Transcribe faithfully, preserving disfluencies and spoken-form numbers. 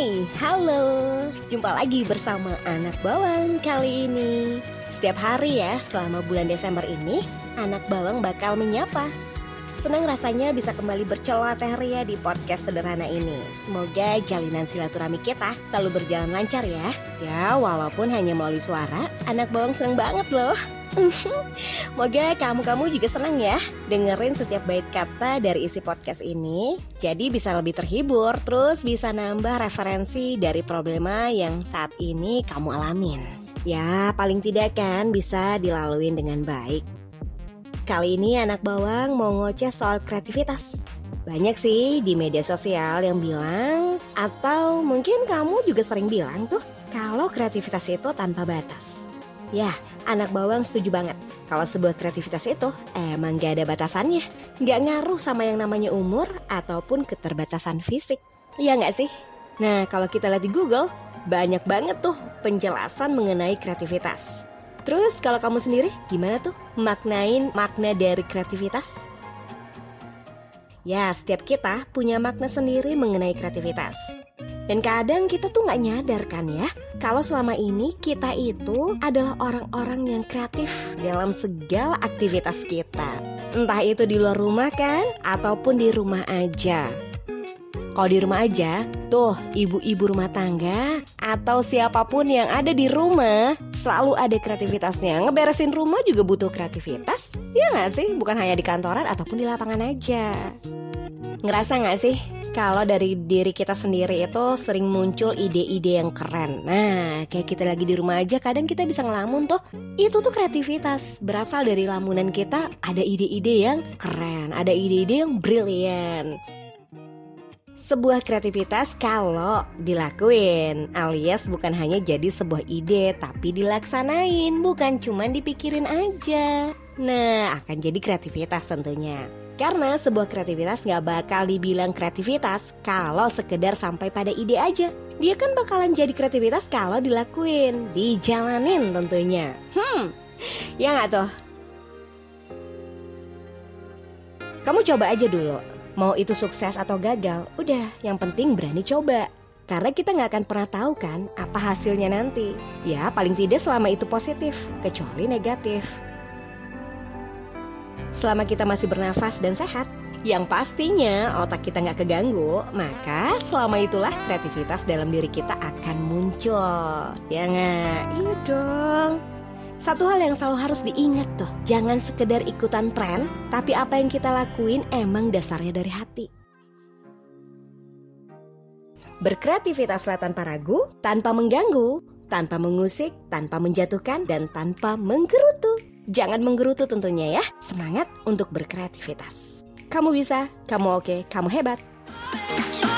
Hai, halo. Jumpa lagi bersama Anak Bawang kali ini. Setiap hari ya, selama bulan Desember ini, Anak Bawang bakal menyapa. Senang rasanya bisa kembali berceloteh ria di podcast sederhana ini. Semoga jalinan silaturahmi kita selalu berjalan lancar ya. Ya, walaupun hanya melalui suara, Anak Bawang senang banget loh. Moga kamu-kamu juga senang ya dengerin setiap bait kata dari isi podcast ini. Jadi bisa lebih terhibur, terus bisa nambah referensi dari problema yang saat ini kamu alamin. Ya, paling tidak kan bisa dilaluin dengan baik. Kali ini Anak Bawang mau ngoceh soal kreativitas. Banyak sih di media sosial yang bilang, atau mungkin kamu juga sering bilang tuh, kalau kreativitas itu tanpa batas. Ya, Anak Bawang setuju banget. Kalau sebuah kreativitas itu emang gak ada batasannya. Gak ngaruh sama yang namanya umur ataupun keterbatasan fisik. Iya gak sih? Nah, kalau kita lihat di Google, banyak banget tuh penjelasan mengenai kreativitas. Terus kalau kamu sendiri gimana tuh maknain makna dari kreativitas? Ya, setiap kita punya makna sendiri mengenai kreativitas. Dan kadang kita tuh gak nyadar kan ya, kalau selama ini kita itu adalah orang-orang yang kreatif dalam segala aktivitas kita. Entah itu di luar rumah kan, ataupun di rumah aja. Kalau di rumah aja, tuh ibu-ibu rumah tangga atau siapapun yang ada di rumah selalu ada kreativitasnya. Ngeberesin rumah juga butuh kreativitas, ya gak sih? Bukan hanya di kantoran ataupun di lapangan aja. Ngerasa gak sih kalau dari diri kita sendiri itu sering muncul ide-ide yang keren. Nah, kayak kita lagi di rumah aja kadang kita bisa ngelamun tuh. Itu tuh kreativitas, berasal dari lamunan kita. Ada ide-ide yang keren, ada ide-ide yang brilian. Sebuah kreativitas kalau dilakuin, alias bukan hanya jadi sebuah ide, tapi dilaksanain, bukan cuma dipikirin aja. Nah, akan jadi kreativitas tentunya. Karena sebuah kreativitas gak bakal dibilang kreativitas kalau sekedar sampai pada ide aja. Dia kan bakalan jadi kreativitas kalau dilakuin, dijalanin tentunya. Hmm, ya gak tuh? Kamu coba aja dulu. Mau itu sukses atau gagal, udah yang penting berani coba. Karena kita gak akan pernah tahu kan apa hasilnya nanti. Ya paling tidak selama itu positif, kecuali negatif. Selama kita masih bernafas dan sehat, yang pastinya otak kita gak keganggu, maka selama itulah kreativitas dalam diri kita akan muncul. Ya gak? Iya dong. Satu hal yang selalu harus diingat tuh, jangan sekedar ikutan tren, tapi apa yang kita lakuin emang dasarnya dari hati. Berkreativitaslah tanpa ragu, tanpa mengganggu, tanpa mengusik, tanpa menjatuhkan, dan tanpa menggerutu. Jangan menggerutu tentunya ya. Semangat untuk berkreativitas. Kamu bisa, kamu oke, kamu hebat.